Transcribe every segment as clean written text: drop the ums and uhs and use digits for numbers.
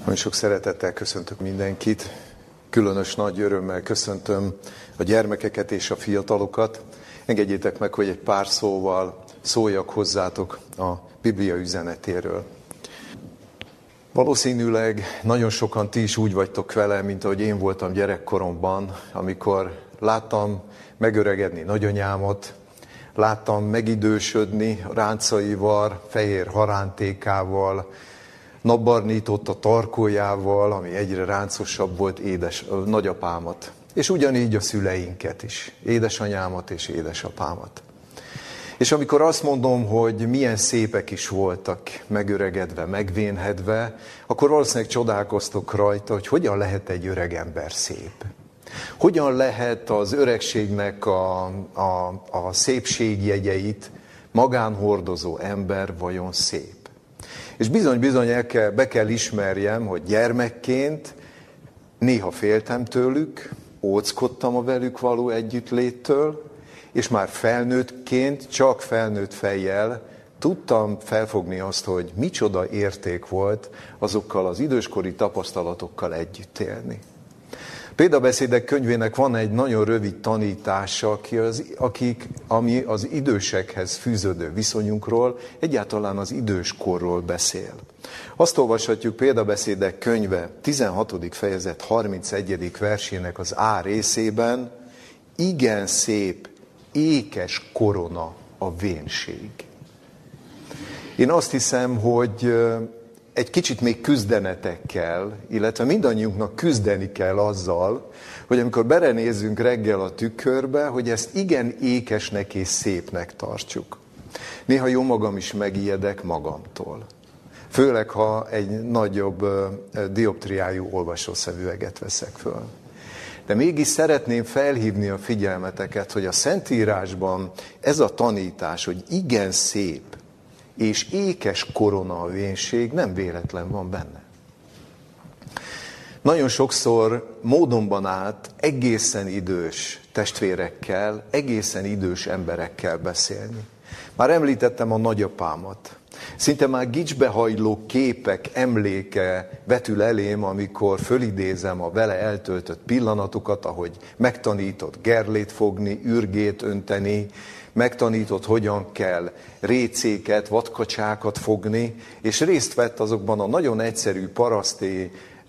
Nagyon sok szeretettel köszöntök mindenkit. Különös nagy örömmel köszöntöm a gyermekeket és a fiatalokat. Engedjétek meg, hogy egy pár szóval szóljak hozzátok a Biblia üzenetéről. Valószínűleg nagyon sokan ti is úgy vagytok vele, mint ahogy én voltam gyerekkoromban, amikor láttam megöregedni nagyanyámat, láttam megidősödni ráncaival, fehér harántékával, napbarnított a tarkójával, ami egyre ráncosabb volt, nagyapámat. És ugyanígy a szüleinket is, édesanyámat és édesapámat. És amikor azt mondom, hogy milyen szépek is voltak, megöregedve, megvénhedve, akkor valószínűleg csodálkoztok rajta, hogy hogyan lehet egy öreg ember szép. Hogyan lehet az öregségnek a szépségjegyeit magán hordozó ember vajon szép. És bizony be kell ismerjem, hogy gyermekként néha féltem tőlük, óckodtam a velük való együttléttől, és már felnőttként, csak felnőtt fejjel tudtam felfogni azt, hogy micsoda érték volt azokkal az időskori tapasztalatokkal együtt élni. Példabeszédek könyvének van egy nagyon rövid tanítása, ami az idősekhez fűződő viszonyunkról, egyáltalán az időskorról beszél. Azt olvashatjuk Példabeszédek könyve 16. fejezet 31. versének az A részében: igen szép, ékes korona a vénség. Én azt hiszem, hogy egy kicsit még küzdenetek kell, illetve mindannyiunknak küzdeni kell azzal, hogy amikor belenézzünk reggel a tükörbe, hogy ezt igen ékesnek és szépnek tartsuk. Néha jó magam is megijedek magamtól. Főleg, ha egy nagyobb dioptriájú olvasószemüveget veszek föl. De mégis szeretném felhívni a figyelmeteket, hogy a Szentírásban ez a tanítás, hogy igen szép és ékes korona a vénség, nem véletlen van benne. Nagyon sokszor módonban állt egészen idős testvérekkel, egészen idős emberekkel beszélni. Már említettem a nagyapámat. Szinte már gicsbehajló képek emléke vetül elém, amikor fölidézem a vele eltöltött pillanatokat, ahogy megtanított gerlét fogni, ürgét önteni, megtanított, hogyan kell récéket, vadkacsákat fogni, és részt vett azokban a nagyon egyszerű paraszti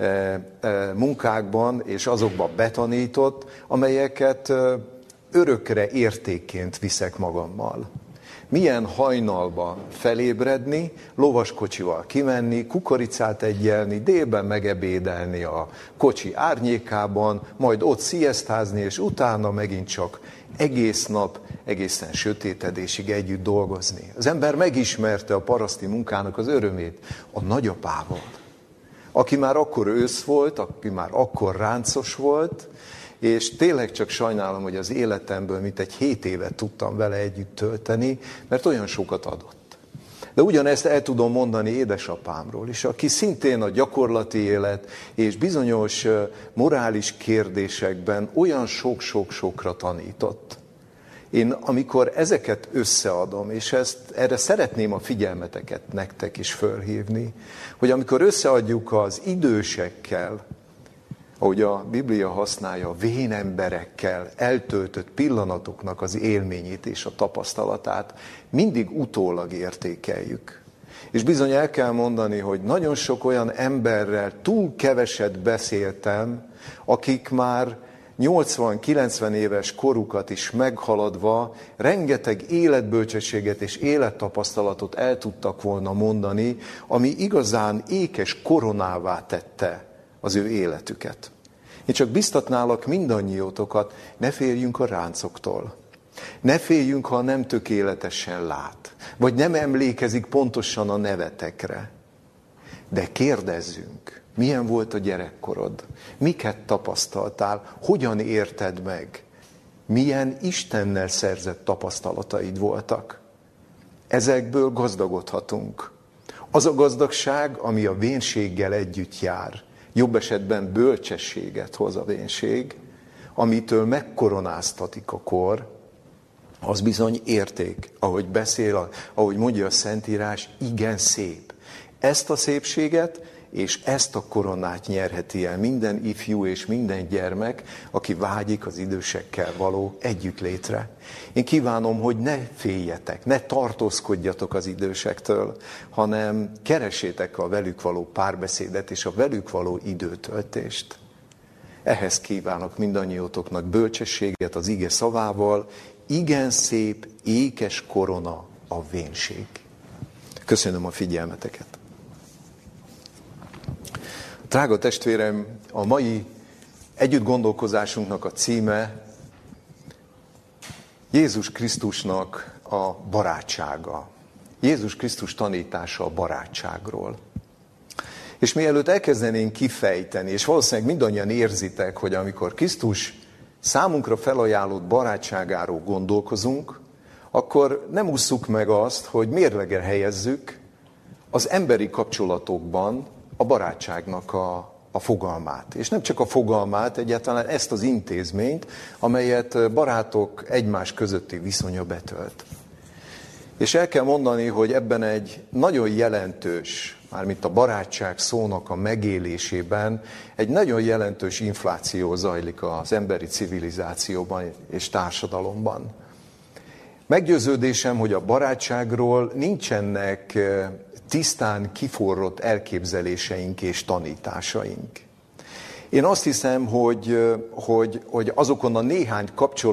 munkákban, és azokban betanított, amelyeket örökre értékként viszek magammal. Milyen hajnalba felébredni, lovaskocsival kimenni, kukoricát egyelni, délben megebédelni a kocsi árnyékában, majd ott sziesztázni, és utána megint csak egész nap, egészen sötétedésig együtt dolgozni. Az ember megismerte a paraszti munkának az örömét a nagyapával, aki már akkor ősz volt, aki már akkor ráncos volt, és tényleg csak sajnálom, hogy az életemből mintegy 7 évet tudtam vele együtt tölteni, mert olyan sokat adott. De ugyanezt el tudom mondani édesapámról is, aki szintén a gyakorlati élet és bizonyos morális kérdésekben olyan sok-sok-sokra tanított. Én amikor ezeket összeadom, és erre szeretném a figyelmeteket nektek is fölhívni, hogy amikor összeadjuk az idősekkel, ahogy a Biblia használja, a vén emberekkel eltöltött pillanatoknak az élményét és a tapasztalatát, mindig utólag értékeljük. És bizony el kell mondani, hogy nagyon sok olyan emberrel túl keveset beszéltem, akik már 80-90 éves korukat is meghaladva rengeteg életbölcsességet és élettapasztalatot el tudtak volna mondani, ami igazán ékes koronává tette az ő életüket. Én csak biztatnálak mindannyiótokat, ne féljünk a ráncoktól. Ne féljünk, ha nem tökéletesen lát, vagy nem emlékezik pontosan a nevetekre. De kérdezzünk, milyen volt a gyerekkorod? Miket tapasztaltál? Hogyan érted meg? Milyen Istennel szerzett tapasztalataid voltak? Ezekből gazdagodhatunk. Az a gazdagság, ami a vénséggel együtt jár, jobb esetben bölcsességet hoz a vénség, amitől megkoronáztatik a kor, az bizony érték, ahogy beszél, ahogy mondja a Szentírás, igen szép. Ezt a szépséget és ezt a koronát nyerheti el minden ifjú és minden gyermek, aki vágyik az idősekkel való együttlétre. Én kívánom, hogy ne féljetek, ne tartózkodjatok az idősektől, hanem keresétek a velük való párbeszédet és a velük való időtöltést. Ehhez kívánok mindannyiótoknak bölcsességet az ige szavával, igen szép, ékes korona a vénség. Köszönöm a figyelmeteket. Drága testvérem, a mai együttgondolkozásunknak a címe Jézus Krisztusnak a barátsága. Jézus Krisztus tanítása a barátságról. És mielőtt elkezdenénk kifejteni, és valószínűleg mindannyian érzitek, hogy amikor Krisztus számunkra felajánlott barátságáról gondolkozunk, akkor nem ússzuk meg azt, hogy mérlegre helyezzük az emberi kapcsolatokban a barátságnak a fogalmát. És nem csak a fogalmát, egyáltalán ezt az intézményt, amelyet barátok egymás közötti viszonya betölt. És el kell mondani, hogy ebben egy nagyon jelentős, mármint a barátság szónak a megélésében, egy nagyon jelentős infláció zajlik az emberi civilizációban és társadalomban. Meggyőződésem, hogy a barátságról nincsenek tisztán kiforrott elképzeléseink és tanításaink. Én azt hiszem, hogy azokon a néhány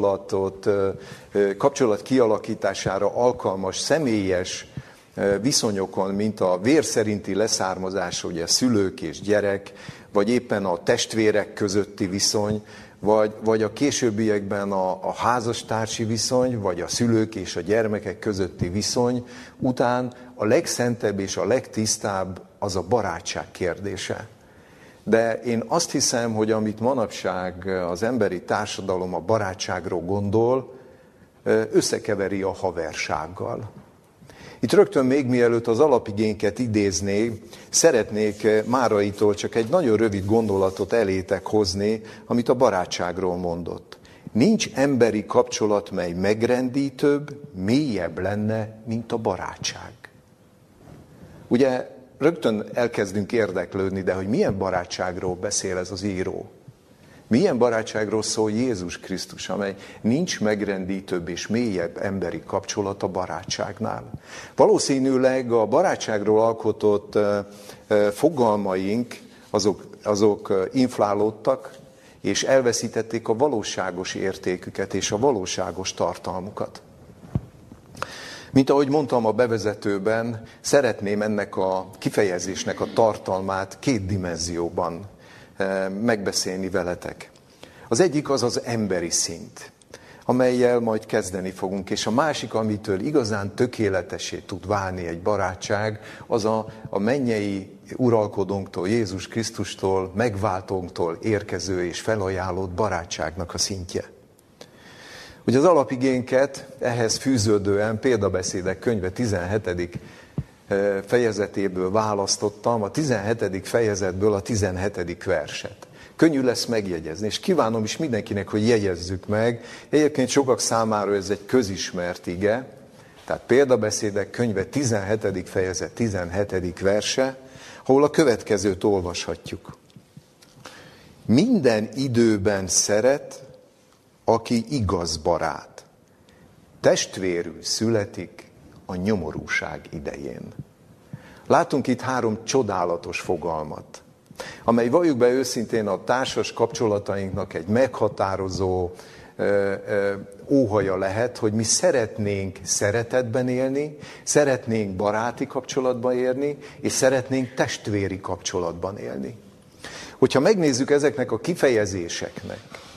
kapcsolat kialakítására alkalmas személyes viszonyokon, mint a vér szerinti leszármazás, ugye szülők és gyerek, vagy éppen a testvérek közötti viszony, vagy a későbbiekben a házastársi viszony, vagy a szülők és a gyermekek közötti viszony után a legszentebb és a legtisztább az a barátság kérdése. De én azt hiszem, hogy amit manapság az emberi társadalom a barátságról gondol, összekeveri a haversággal. Itt rögtön még mielőtt az alapigénket idézné, szeretnék Máraitól csak egy nagyon rövid gondolatot elétek hozni, amit a barátságról mondott. Nincs emberi kapcsolat, mely megrendítőbb, mélyebb lenne, mint a barátság. Ugye rögtön elkezdünk érdeklődni, de hogy milyen barátságról beszél ez az író? Milyen barátságról szól Jézus Krisztus, amely nincs megrendítőbb és mélyebb emberi kapcsolat a barátságnál? Valószínűleg a barátságról alkotott fogalmaink, azok inflálódtak, és elveszítették a valóságos értéküket és a valóságos tartalmukat. Mint ahogy mondtam a bevezetőben, szeretném ennek a kifejezésnek a tartalmát két dimenzióban megbeszélni veletek. Az egyik az az emberi szint, amellyel majd kezdeni fogunk, és a másik, amitől igazán tökéletessé tud válni egy barátság, az a mennyei uralkodónktól, Jézus Krisztustól, megváltónktól érkező és felajánlott barátságnak a szintje. Ugye az alapigénket ehhez fűződően Példabeszédek könyve 17. fejezetéből választottam, a 17. fejezetből a 17. verset. Könnyű lesz megjegyezni, és kívánom is mindenkinek, hogy jegyezzük meg. Egyébként sokak számára ez egy közismert ige, tehát Példabeszédek könyve 17. fejezet 17. verse, ahol a következőt olvashatjuk. Minden időben szeret, aki igaz barát. Testvérül születik a nyomorúság idején. Látunk itt 3 csodálatos fogalmat, amely valljuk be őszintén a társas kapcsolatainknak egy meghatározó óhaja lehet, hogy mi szeretnénk szeretetben élni, szeretnénk baráti kapcsolatban élni, és szeretnénk testvéri kapcsolatban élni. Hogyha megnézzük ezeknek a kifejezéseknek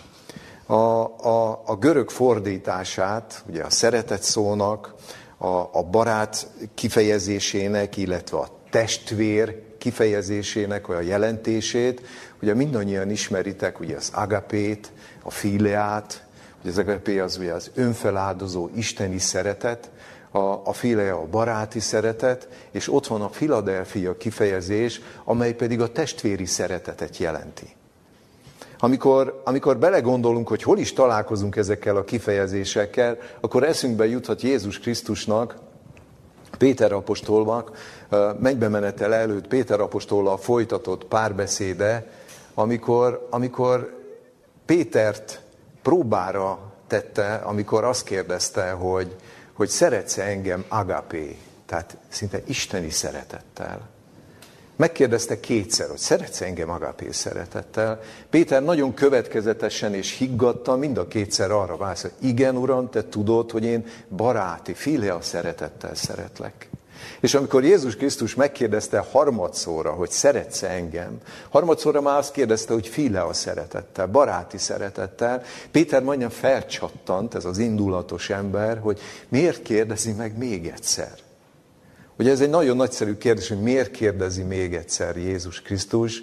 a görög fordítását, ugye a szeretet szónak, a barát kifejezésének, illetve a testvér kifejezésének a jelentését, ugye mindannyian ismeritek ugye az agapét, a fileát, ugye az agapé az ugye az önfeláldozó isteni szeretet, a filea a baráti szeretet, és ott van a Philadelphia kifejezés, amely pedig a testvéri szeretetet jelenti. Amikor belegondolunk, hogy hol is találkozunk ezekkel a kifejezésekkel, akkor eszünkbe juthat Jézus Krisztusnak Péter apostolnak mennybe menetele előtt Péter apostollal folytatott párbeszéde, amikor Pétert próbára tette, amikor azt kérdezte, hogy szeretsz engem agapé, tehát szinte isteni szeretettel. Megkérdezte kétszer, hogy szeretsz engem agapé szeretettel. Péter nagyon következetesen és higgadtan mind a kétszer arra válaszolt, hogy igen, Uram, te tudod, hogy én baráti, filia szeretettel szeretlek. És amikor Jézus Krisztus megkérdezte harmadszorra, hogy szeretsz engem, harmadszorra már azt kérdezte, hogy filea szeretettel, baráti szeretettel, Péter majdnem felcsattant, ez az indulatos ember, hogy miért kérdezi meg még egyszer. Ugye ez egy nagyon nagyszerű kérdés, hogy miért kérdezi még egyszer Jézus Krisztus.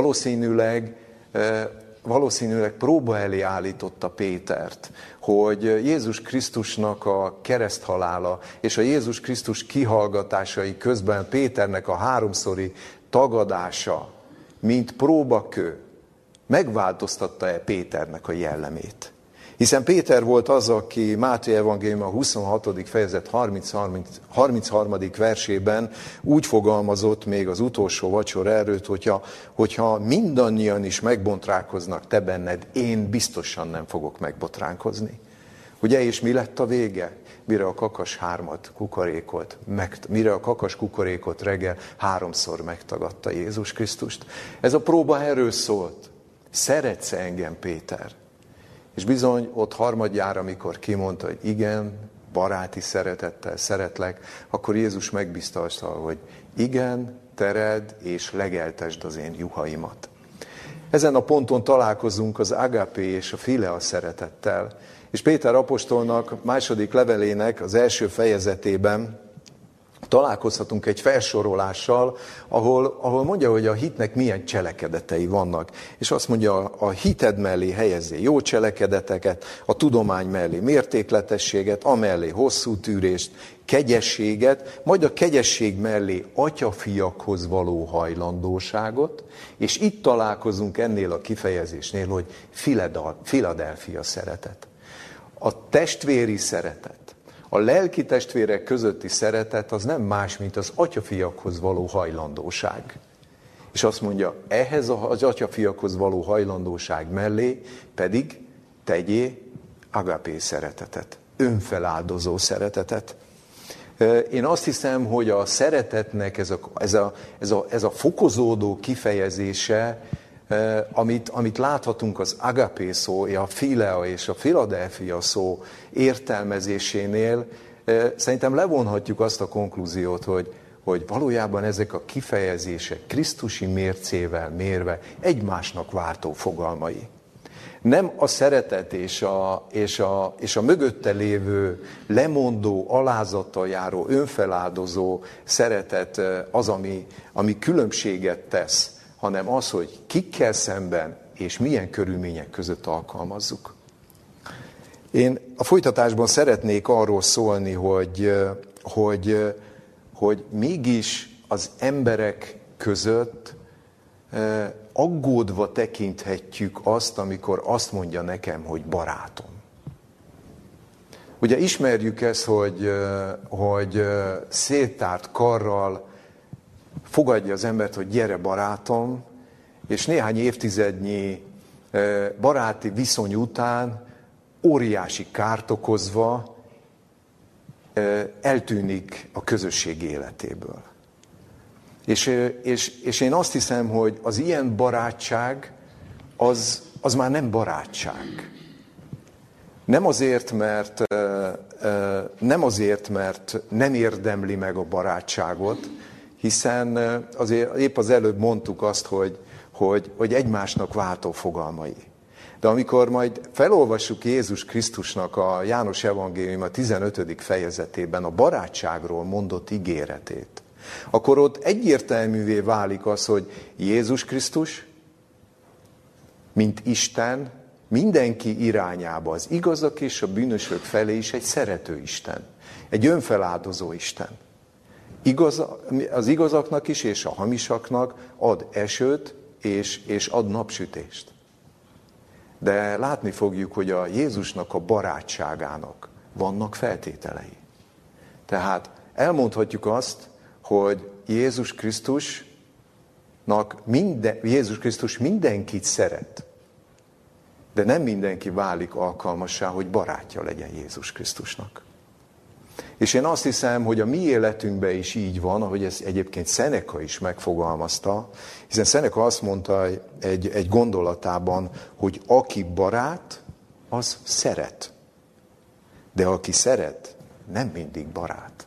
Valószínűleg próba elé állította Pétert, hogy Jézus Krisztusnak a kereszthalála és a Jézus Krisztus kihallgatásai közben Péternek a háromszori tagadása, mint próbakő, megváltoztatta-e Péternek a jellemét. Hiszen Péter volt az, aki Máté evangélium a 26. fejezet 33. versében úgy fogalmazott még az utolsó vacsora előtt, hogyha mindannyian is megbotránkoznak te benned, én biztosan nem fogok megbotránkozni. Ugye, és mi lett a vége? Mire a kakas kukorékot reggel háromszor megtagadta Jézus Krisztust. Ez a próba erről szólt. Szeretsz engem, Péter? És bizony ott harmadjára, amikor kimondta, hogy igen, baráti szeretettel szeretlek, akkor Jézus megbízta, hogy igen, tered és legeltesd az én juhaimat. Ezen a ponton találkozunk az agapé és a filea szeretettel. És Péter apostolnak második levelének az első fejezetében találkozhatunk egy felsorolással, ahol mondja, hogy a hitnek milyen cselekedetei vannak. És azt mondja, a hited mellé helyezzé jó cselekedeteket, a tudomány mellé mértékletességet, amellé hosszú tűrést, kegyességet, majd a kegyesség mellé atyafiakhoz való hajlandóságot, és itt találkozunk ennél a kifejezésnél, hogy Philadelphia szeretet. A testvéri szeretet. A lelki testvérek közötti szeretet az nem más, mint az atyafiakhoz való hajlandóság. És azt mondja, ehhez az atyafiakhoz való hajlandóság mellé pedig tegyél agapé szeretetet, önfeláldozó szeretetet. Én azt hiszem, hogy a szeretetnek ez a fokozódó kifejezése, amit láthatunk az agapé szó, a filea és a Philadelphia szó értelmezésénél, szerintem levonhatjuk azt a konklúziót, hogy valójában ezek a kifejezések krisztusi mércével mérve egymásnak váltó fogalmai. Nem a szeretet és a mögötte lévő lemondó, alázattal járó, önfeláldozó szeretet az, ami különbséget tesz, hanem az, hogy kikkel szemben és milyen körülmények között alkalmazzuk. Én a folytatásban szeretnék arról szólni, hogy mégis az emberek között aggódva tekinthetjük azt, amikor azt mondja nekem, hogy barátom. Ugye ismerjük ezt, hogy széttárt karral fogadja az embert, hogy gyere barátom, és néhány évtizednyi baráti viszony után óriási kárt okozva eltűnik a közösség életéből. És én azt hiszem, hogy az ilyen barátság, az már nem barátság. Nem azért, mert nem érdemli meg a barátságot, hiszen azért épp az előbb mondtuk azt, hogy egymásnak váltó fogalmai. De amikor majd felolvassuk Jézus Krisztusnak a János evangélium a 15. fejezetében a barátságról mondott ígéretét, akkor ott egyértelművé válik az, hogy Jézus Krisztus, mint Isten, mindenki irányába, az igazak és a bűnösök felé is egy szerető Isten, egy önfeláldozó Isten. Az igazaknak is és a hamisaknak ad esőt és ad napsütést. De látni fogjuk, hogy a Jézusnak a barátságának vannak feltételei. Tehát elmondhatjuk azt, hogy Jézus Krisztus mindenkit szeret. De nem mindenki válik alkalmassá, hogy barátja legyen Jézus Krisztusnak. És én azt hiszem, hogy a mi életünkben is így van, ahogy ezt egyébként Seneca is megfogalmazta, hiszen Seneca azt mondta egy gondolatában, hogy aki barát, az szeret. De aki szeret, nem mindig barát.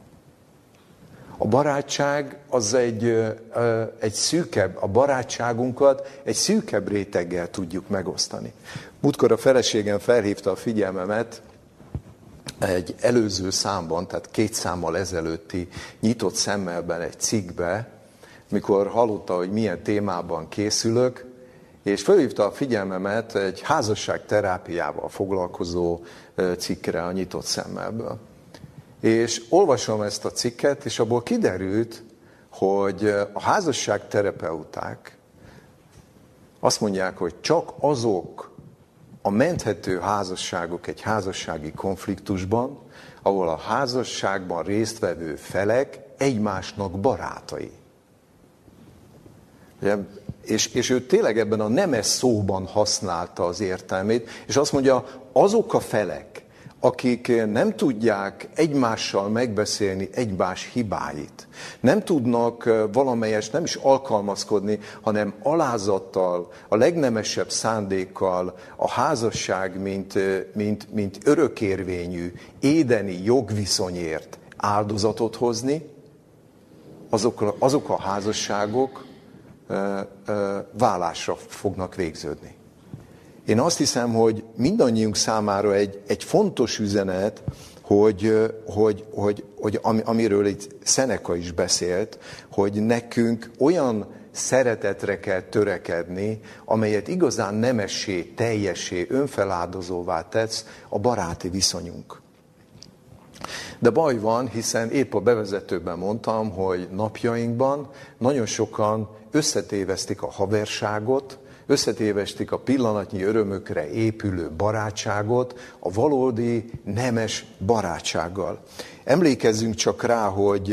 A barátság az egy szűkebb, a barátságunkat egy szűkebb réteggel tudjuk megosztani. Múltkor a feleségem felhívta a figyelmemet egy előző számban, tehát 2 számmal ezelőtti Nyitott Szemmelben egy cikkbe, mikor hallotta, hogy milyen témában készülök, és felhívta a figyelmemet egy házasságterápiával foglalkozó cikkre a Nyitott Szemmelből. És olvasom ezt a cikket, és abból kiderült, hogy a házasságterapeuták azt mondják, hogy csak azok a menthető házasságok egy házassági konfliktusban, ahol a házasságban résztvevő felek egymásnak barátai. És ő tényleg ebben a nemes szóban használta az értelmét, és azt mondja, azok a felek, akik nem tudják egymással megbeszélni egymás hibáit, nem tudnak valamelyest nem is alkalmazkodni, hanem alázattal, a legnemesebb szándékkal a házasság, mint örökérvényű, édeni jogviszonyért áldozatot hozni, azok a házasságok válásra fognak végződni. Én azt hiszem, hogy mindannyiunk számára egy fontos üzenet, amiről itt Seneca is beszélt, hogy nekünk olyan szeretetre kell törekedni, amelyet igazán nemessé, teljessé, önfeláldozóvá tesz a baráti viszonyunk. De baj van, hiszen épp a bevezetőben mondtam, hogy napjainkban nagyon sokan összetévesztik a haverságot, összetévesztik a pillanatnyi örömökre épülő barátságot a valódi nemes barátsággal. Emlékezzünk csak rá,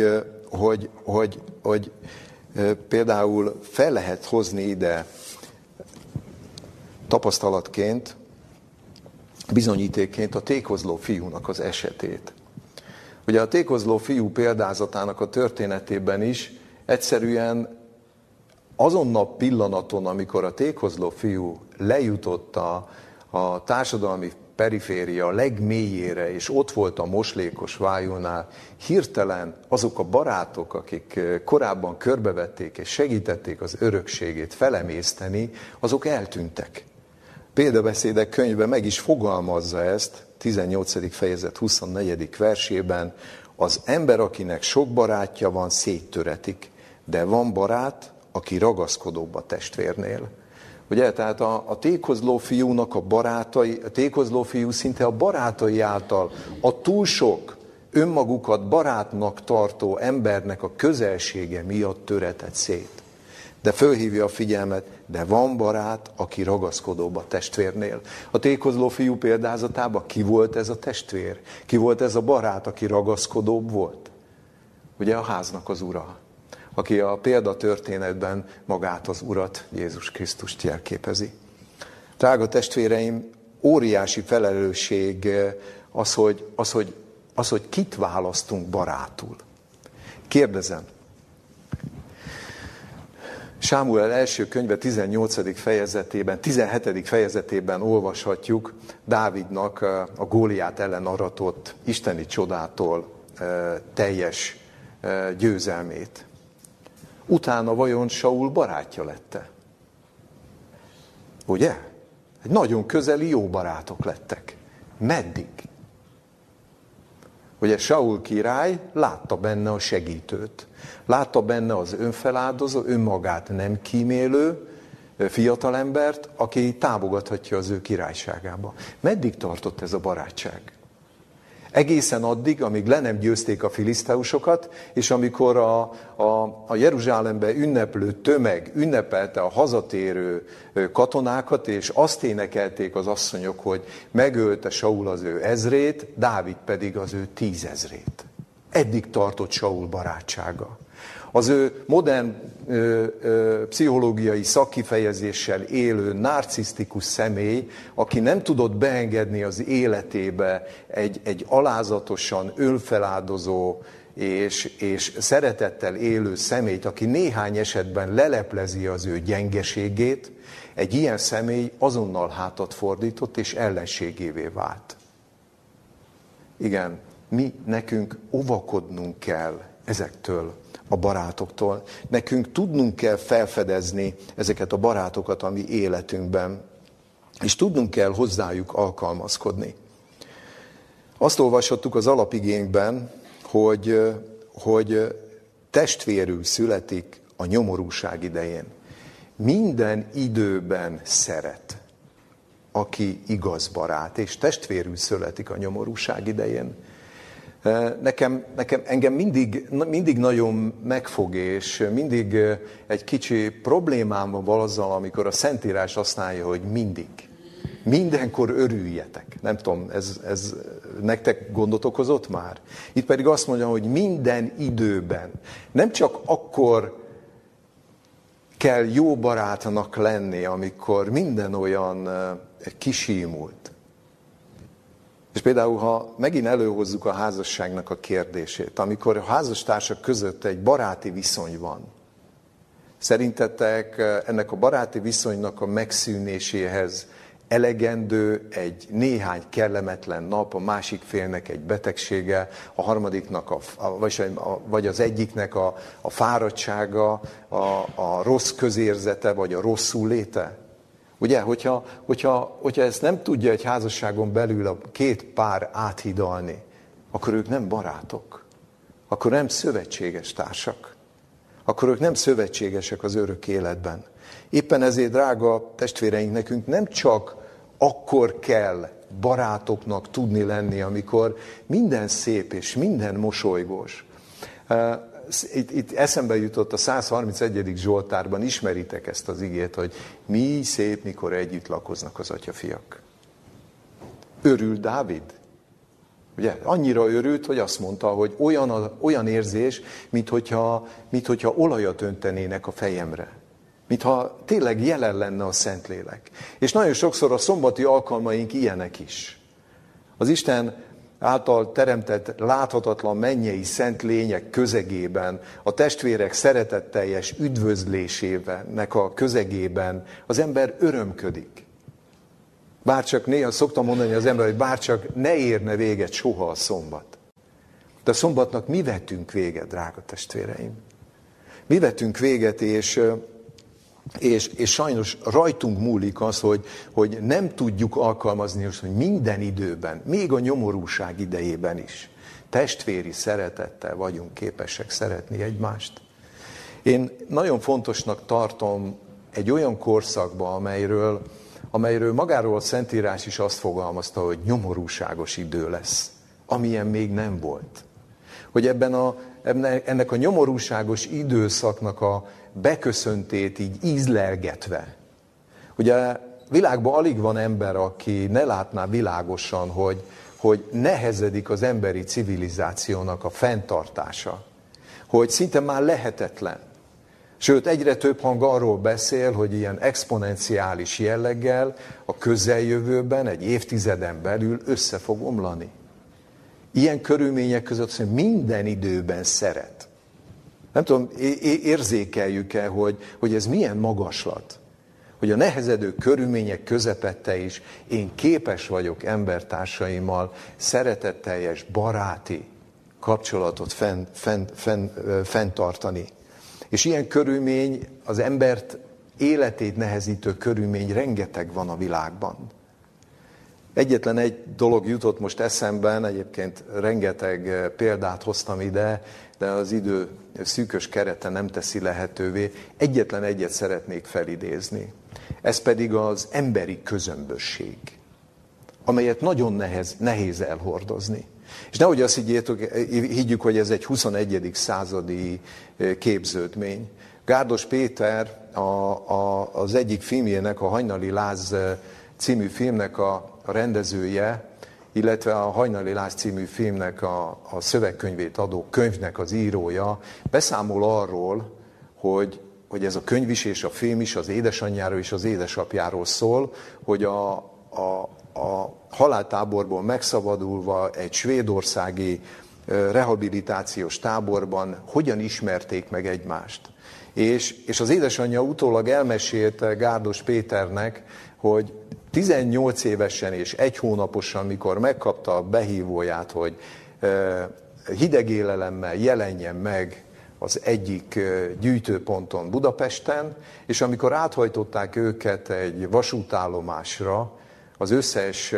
hogy például fel lehet hozni ide tapasztalatként, bizonyítékként a tékozló fiúnak az esetét. Ugye a tékozló fiú példázatának a történetében is egyszerűen azon a pillanaton, amikor a tékozló fiú lejutott a társadalmi periféria legmélyére, és ott volt a moslékos vájúnál, hirtelen azok a barátok, akik korábban körbevették és segítették az örökségét felemészteni, azok eltűntek. Példabeszédek könyve meg is fogalmazza ezt, 18. fejezet 24. versében, az ember, akinek sok barátja van, széttöretik, de van barát, aki ragaszkodóbb a testvérnél. Ugye, tehát a tékozló fiúnak a barátai, a tékozló fiú szinte a barátai által a túl sok önmagukat barátnak tartó embernek a közelsége miatt töretett szét. De fölhívja a figyelmet, de van barát, aki ragaszkodóbb a testvérnél. A tékozló fiú példázatában ki volt ez a testvér? Ki volt ez a barát, aki ragaszkodóbb volt? Ugye a háznak az ura, aki a példatörténetben magát az Urat, Jézus Krisztust jelképezi. Drága testvéreim, óriási felelősség az, hogy kit választunk barátul. Kérdezem, Sámuel első könyve 18. fejezetében, 17. fejezetében olvashatjuk Dávidnak a Góliát ellen aratott isteni csodától teljes győzelmét. Utána vajon Saul barátja lett-e? Ugye? Egy nagyon közeli jó barátok lettek. Meddig? Ugye Saul király látta benne a segítőt. Látta benne az önfeláldozó, önmagát nem kímélő fiatalembert, aki támogathatja az ő királyságába. Meddig tartott ez a barátság? Egészen addig, amíg le nem győzték a filiszteusokat, és amikor a Jeruzsálembe ünneplő tömeg ünnepelte a hazatérő katonákat, és azt énekelték az asszonyok, hogy megölte Saul az ő ezrét, Dávid pedig az ő 10 000. Eddig tartott Saul barátsága. Az ő modern pszichológiai szakkifejezéssel élő narcisztikus személy, aki nem tudott beengedni az életébe egy alázatosan önfeláldozó és szeretettel élő személyt, aki néhány esetben leleplezi az ő gyengeségét, egy ilyen személy azonnal hátat fordított és ellenségévé vált. Igen, nekünk óvakodnunk kell ezektől a barátoktól. Nekünk tudnunk kell felfedezni ezeket a barátokat a mi életünkben, és tudnunk kell hozzájuk alkalmazkodni. Azt olvashattuk az alapigénkben, hogy testvérül születik a nyomorúság idején. Minden időben szeret, aki igaz barát, és testvérül születik a nyomorúság idején. Engem mindig nagyon megfog, és mindig egy kicsi problémám van azzal, amikor a Szentírás azt mondja, hogy mindig. Mindenkor örüljetek. Nem tudom, ez nektek gondot okozott már? Itt pedig azt mondja, hogy minden időben. Nem csak akkor kell jó barátnak lenni, amikor minden olyan kisímult. És például, ha megint előhozzuk a házasságnak a kérdését, amikor a házastársak között egy baráti viszony van, szerintetek ennek a baráti viszonynak a megszűnéséhez elegendő egy néhány kellemetlen nap, a másik félnek egy betegsége, a harmadiknak vagy az egyiknek a fáradtsága, a rossz közérzete, vagy a rosszul léte? Ugye, hogyha ezt nem tudja egy házasságon belül a két pár áthidalni, akkor ők nem barátok, akkor nem szövetséges társak, akkor ők nem szövetségesek az örök életben. Éppen ezért, drága testvéreink, nekünk nem csak akkor kell barátoknak tudni lenni, amikor minden szép és minden mosolygós. Itt eszembe jutott a 131. Zsoltárban, ismeritek ezt az igét, hogy mi szép, mikor együtt lakoznak az atyafiak. Örül Dávid. Ugye? Annyira örült, hogy azt mondta, hogy olyan érzés, minthogyha olajat öntenének a fejemre. Mintha tényleg jelen lenne a Szentlélek. És nagyon sokszor a szombati alkalmaink ilyenek is. Az Isten által teremtett láthatatlan mennyei szent lények közegében, a testvérek szeretetteljes üdvözlésének a közegében az ember örömködik. Bárcsak néha szoktam mondani az ember, hogy bárcsak ne érne véget soha a szombat. De a szombatnak mi vettünk véget, drága testvéreim? Mi vettünk véget, és sajnos rajtunk múlik az, hogy nem tudjuk alkalmazni azt, hogy minden időben, még a nyomorúság idejében is testvéri szeretettel vagyunk képesek szeretni egymást. Én nagyon fontosnak tartom egy olyan korszakban, amelyről magáról a Szentírás is azt fogalmazta, hogy nyomorúságos idő lesz, amilyen még nem volt. Hogy ennek a nyomorúságos időszaknak a beköszöntét így ízlelgetve. Ugye világban alig van ember, aki ne látná világosan, hogy nehezedik az emberi civilizációnak a fenntartása. Hogy szinte már lehetetlen. Sőt, egyre több hang arról beszél, hogy ilyen exponenciális jelleggel a közeljövőben, egy évtizeden belül össze fog omlani. Ilyen körülmények között minden időben szeret. Nem tudom, érzékeljük-e, hogy ez milyen magaslat? Hogy a nehezedő körülmények közepette is én képes vagyok embertársaimmal szeretetteljes, baráti kapcsolatot fenntartani. És ilyen körülmény, az embert életét nehezítő körülmény rengeteg van a világban. Egyetlen egy dolog jutott most eszemben, egyébként rengeteg példát hoztam ide, de az idő szűkös kerete nem teszi lehetővé. Egyetlen egyet szeretnék felidézni. Ez pedig az emberi közömbösség, amelyet nagyon nehéz elhordozni. És nehogy azt higgyük, hogy ez egy 21. századi képződmény. Gárdos Péter az egyik filmjének, a Hajnali Láz című filmnek a rendezője, illetve a Hajnali Láz című filmnek a szövegkönyvét adó könyvnek az írója beszámol arról, hogy ez a könyv is és a film is az édesanyjáról és az édesapjáról szól, hogy a haláltáborból megszabadulva egy svédországi rehabilitációs táborban hogyan ismerték meg egymást. És az édesanyja utólag elmesélte Gárdos Péternek, hogy 18 évesen és 1 hónaposan, mikor megkapta a behívóját, hogy hideg élelemmel jelenjen meg az egyik gyűjtőponton Budapesten, és amikor áthajtották őket egy vasútállomásra, az összes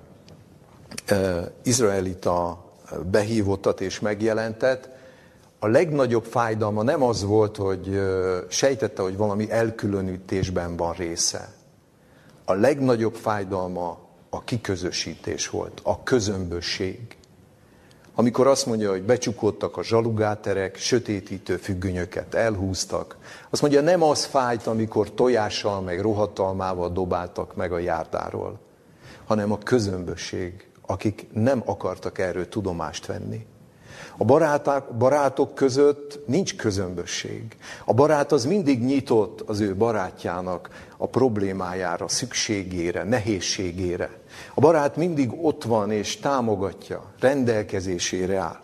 izraelita behívottat és megjelentett, a legnagyobb fájdalma nem az volt, hogy sejtette, hogy valami elkülönítésben van része. A legnagyobb fájdalma a kiközösítés volt, a közömbösség. Amikor azt mondja, hogy becsukódtak a zsalugáterek, sötétítő függönyöket elhúztak, azt mondja, nem az fájt, amikor tojással meg rohatalmával dobáltak meg a járdáról, hanem a közömbösség, akik nem akartak erről tudomást venni. A barátok között nincs közömbösség. A barát az mindig nyitott az ő barátjának a problémájára, szükségére, nehézségére. A barát mindig ott van és támogatja, rendelkezésére áll.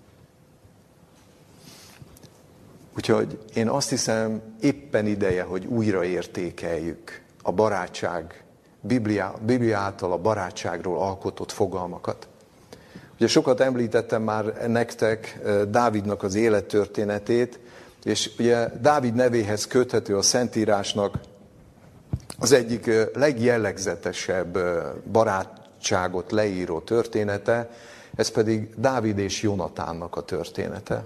Úgyhogy én azt hiszem, éppen ideje, hogy újra értékeljük a barátság, Biblia által a barátságról alkotott fogalmakat. Ugye sokat említettem már nektek Dávidnak az élettörténetét, és ugye Dávid nevéhez köthető a Szentírásnak az egyik legjellegzetesebb barátságot leíró története, ez pedig Dávid és Jonatánnak a története.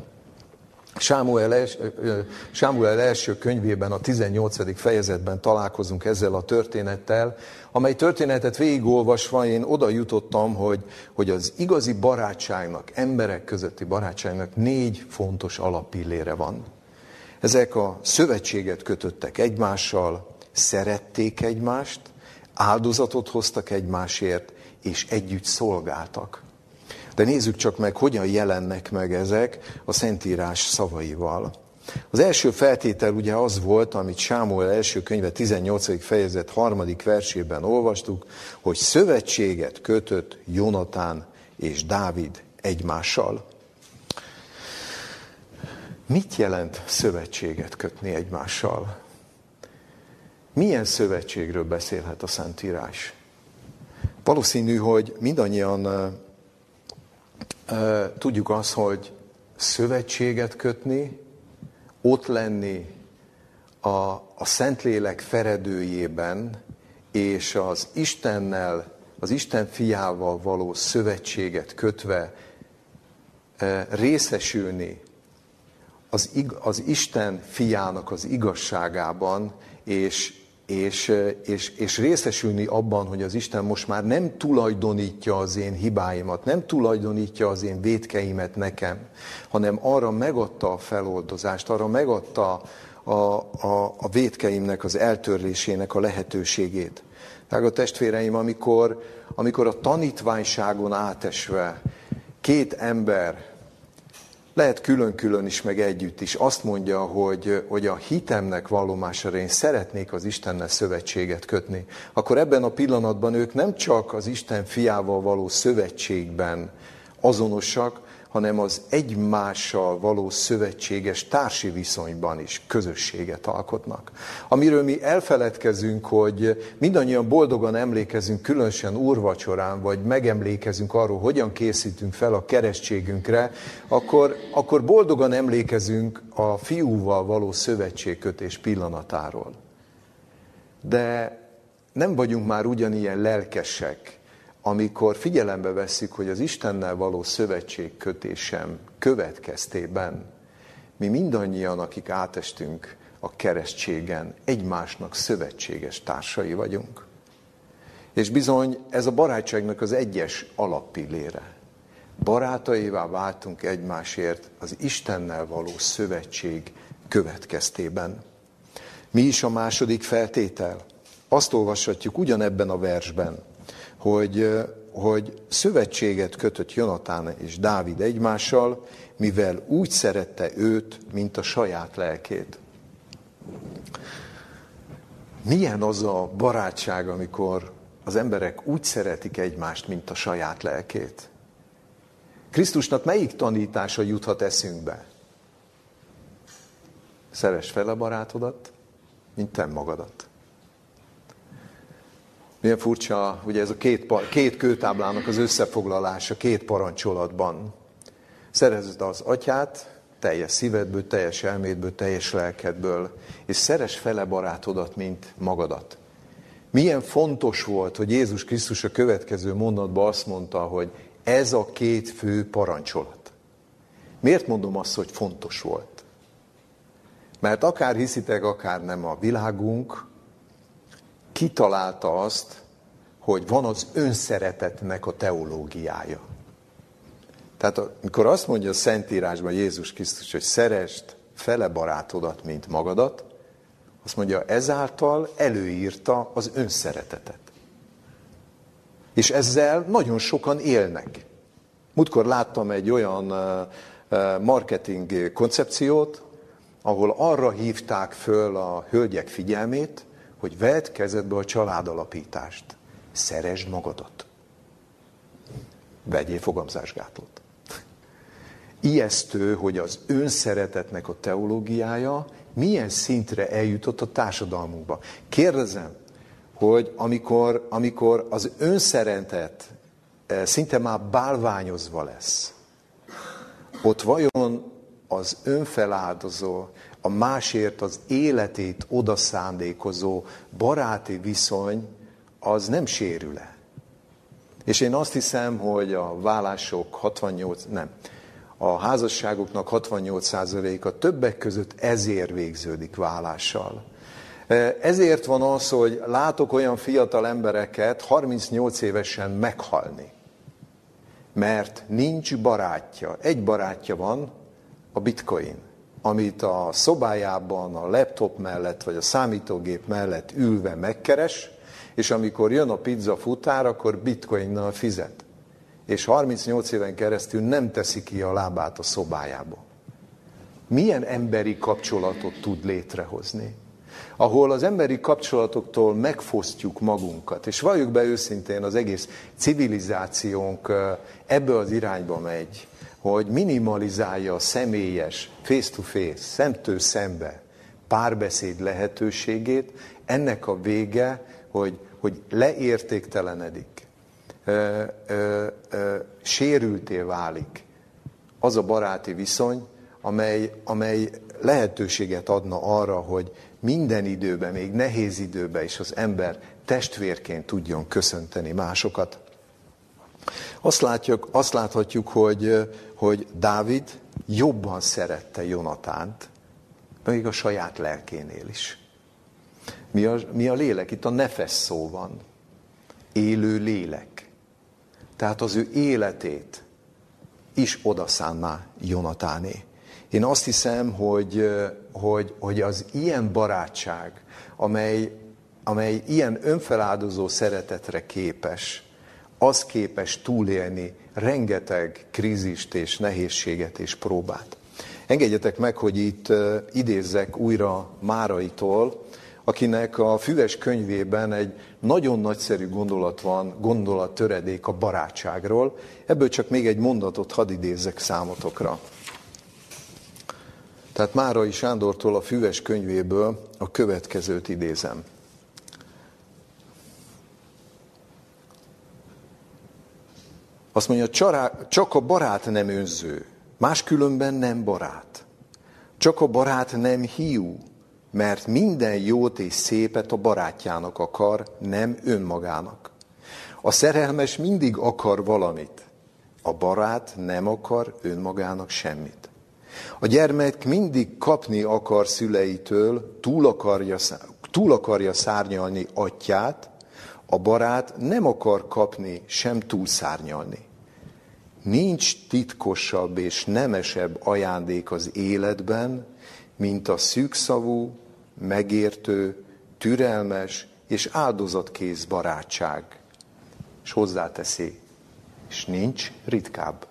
Sámuel első könyvében, a 18. fejezetben találkozunk ezzel a történettel, amely történetet végigolvasva én oda jutottam, hogy az igazi barátságnak, emberek közötti barátságnak 4 fontos alappillére van. Ezek a szövetséget kötöttek egymással, szerették egymást, áldozatot hoztak egymásért, és együtt szolgáltak. De nézzük csak meg, hogyan jelennek meg ezek a Szentírás szavaival. Az első feltétel ugye az volt, amit Sámuel első könyve 18. fejezet 3. versében olvastuk, hogy szövetséget kötött Jonatán és Dávid egymással. Mit jelent szövetséget kötni egymással? Milyen szövetségről beszélhet a Szentírás? Valószínű, hogy mindannyian tudjuk azt, hogy szövetséget kötni, ott lenni a Szentlélek feredőjében, és az Istennel, az Isten fiával való szövetséget kötve részesülni az Isten fiának az igazságában, és részesülni abban, hogy az Isten most már nem tulajdonítja az én hibáimat, nem tulajdonítja az én vétkeimet nekem, hanem arra megadta a feloldozást, arra megadta a vétkeimnek az eltörlésének a lehetőségét. Drága testvéreim, amikor a tanítványságon átesve 2 ember, lehet külön-külön is, meg együtt is, azt mondja, hogy a hitemnek vallomására én szeretnék az Istennel szövetséget kötni, akkor ebben a pillanatban ők nem csak az Isten fiával való szövetségben azonosak, hanem az egymással való szövetséges társi viszonyban is közösséget alkotnak. Amiről mi elfeledkezünk, hogy mindannyian boldogan emlékezünk, különösen úrvacsorán, vagy megemlékezünk arról, hogyan készítünk fel a keresztségünkre, akkor boldogan emlékezünk a fiúval való szövetségkötés pillanatáról. De nem vagyunk már ugyanilyen lelkesek, amikor figyelembe vesszük, hogy az Istennel való szövetségkötésem következtében mi mindannyian, akik átestünk a keresztségen, egymásnak szövetséges társai vagyunk. És bizony ez a barátságnak az egyes alappillére. Barátaivá váltunk egymásért az Istennel való szövetség következtében. Mi is a második feltétel? Azt olvashatjuk ugyanebben a versben, hogy szövetséget kötött Jonatán és Dávid egymással, mivel úgy szerette őt, mint a saját lelkét. Milyen az a barátság, amikor az emberek úgy szeretik egymást, mint a saját lelkét? Krisztusnak melyik tanítása juthat eszünkbe? Szeresd fel a barátodat, mint te magadat. Milyen furcsa, ugye ez a két kőtáblának az összefoglalása két parancsolatban. Szeresd az atyát teljes szívedből, teljes elmédből, teljes lelkedből, és szeresd fele barátodat, mint magadat. Milyen fontos volt, hogy Jézus Krisztus a következő mondatban azt mondta, hogy ez a két fő parancsolat. Miért mondom azt, hogy fontos volt? Mert akár hiszitek, akár nem, a világunk kitalálta azt, hogy van az önszeretetnek a teológiája. Tehát amikor azt mondja a Szentírásban Jézus Krisztus, hogy szeresd fele barátodat, mint magadat, azt mondja, ezáltal előírta az önszeretetet. És ezzel nagyon sokan élnek. Múltkor láttam egy olyan marketing koncepciót, ahol arra hívták föl a hölgyek figyelmét, hogy vedd kezedbe a családalapítást. Szeresd magadat. Vegyél fogamzásgátlót. Ijesztő, hogy az önszeretetnek a teológiája milyen szintre eljutott a társadalmunkba. Kérdezem, hogy amikor az önszeretet szinte már bálványozva lesz, ott vajon az önfeláldozó, a másért az életét odaszándékozó baráti viszony, az nem sérül-e? És én azt hiszem, hogy a vállások a házasságoknak 68%-a többek között ezért végződik vállással. Ezért van az, hogy látok olyan fiatal embereket 38 évesen meghalni. Mert nincs barátja. Egy barátja van, a bitcoin, amit a szobájában, a laptop mellett, vagy a számítógép mellett ülve megkeres, és amikor jön a pizza futár, akkor bitcoinnal fizet. És 38 éven keresztül nem teszi ki a lábát a szobájába. Milyen emberi kapcsolatot tud létrehozni? Ahol az emberi kapcsolatoktól megfosztjuk magunkat, és valljuk be őszintén, az egész civilizációnk ebbe az irányba megy, hogy minimalizálja a személyes, face-to-face, szemtől szembe párbeszéd lehetőségét, ennek a vége, hogy leértéktelenedik, sérülté válik az a baráti viszony, amely lehetőséget adna arra, hogy minden időben, még nehéz időben is az ember testvérként tudjon köszönteni másokat. Azt láthatjuk, hogy Dávid jobban szerette Jonatánt, még a saját lelkénél is. Mi a lélek? Itt a nefesz szó van. Élő lélek. Tehát az ő életét is odaszánná Jonatáné. Én azt hiszem, hogy az ilyen barátság, amely ilyen önfeláldozó szeretetre képes, az képes túlélni rengeteg krízist és nehézséget és próbát. Engedjetek meg, hogy itt idézzek újra Máraitól, akinek a Füves könyvében egy nagyon nagyszerű gondolat van, gondolattöredék a barátságról. Ebből csak még egy mondatot hadd idézzek számotokra. Tehát Márai Sándortól a Füves könyvéből a következőt idézem. Azt mondja, csak a barát nem önző, máskülönben nem barát. Csak a barát nem hiú, mert minden jót és szépet a barátjának akar, nem önmagának. A szerelmes mindig akar valamit, a barát nem akar önmagának semmit. A gyermek mindig kapni akar szüleitől, túl akarja szárnyalni atyját, a barát nem akar kapni, sem túlszárnyalni. Nincs titkosabb és nemesebb ajándék az életben, mint a szűkszavú, megértő, türelmes és áldozatkész barátság. És hozzáteszi, és nincs ritkább.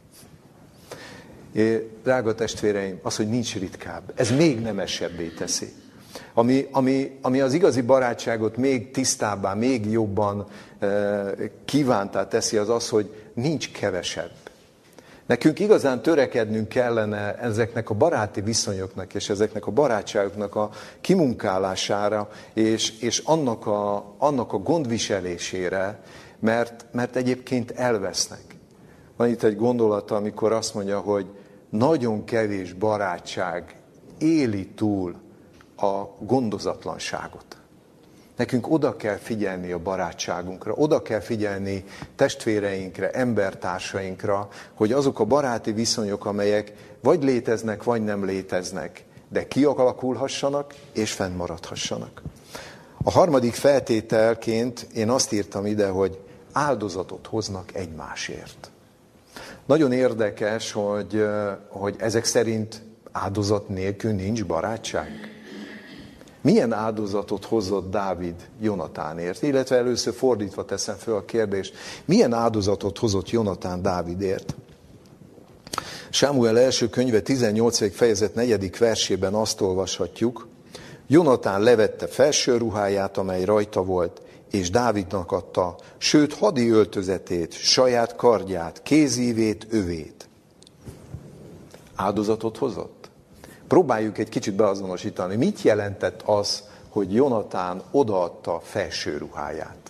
Drága testvéreim, az, hogy nincs ritkább, ez még nemesebbé teszi. Ami az igazi barátságot még tisztábbá, még jobban kívántá teszi, az az, hogy nincs kevesebb. Nekünk igazán törekednünk kellene ezeknek a baráti viszonyoknak és ezeknek a barátságoknak a kimunkálására és annak a gondviselésére, mert egyébként elvesznek. Van itt egy gondolata, amikor azt mondja, hogy nagyon kevés barátság éli túl a gondozatlanságot. Nekünk oda kell figyelni a barátságunkra, oda kell figyelni testvéreinkre, embertársainkra, hogy azok a baráti viszonyok, amelyek vagy léteznek, vagy nem léteznek, de kialakulhassanak és fennmaradhassanak. A harmadik feltételként én azt írtam ide, hogy áldozatot hoznak egymásért. Nagyon érdekes, hogy ezek szerint áldozat nélkül nincs barátság. Milyen áldozatot hozott Dávid Jonatánért? Illetve először fordítva teszem föl a kérdést, milyen áldozatot hozott Jonatán Dávidért? Sámuel első könyve 18. fejezet 4. versében azt olvashatjuk, Jonatán levette felső ruháját, amely rajta volt, és Dávidnak adta, sőt hadi öltözetét, saját kardját, kézívét, övét. Áldozatot hozott? Próbáljuk egy kicsit beazonosítani. Mit jelentett az, hogy Jonatán odaadta felső ruháját?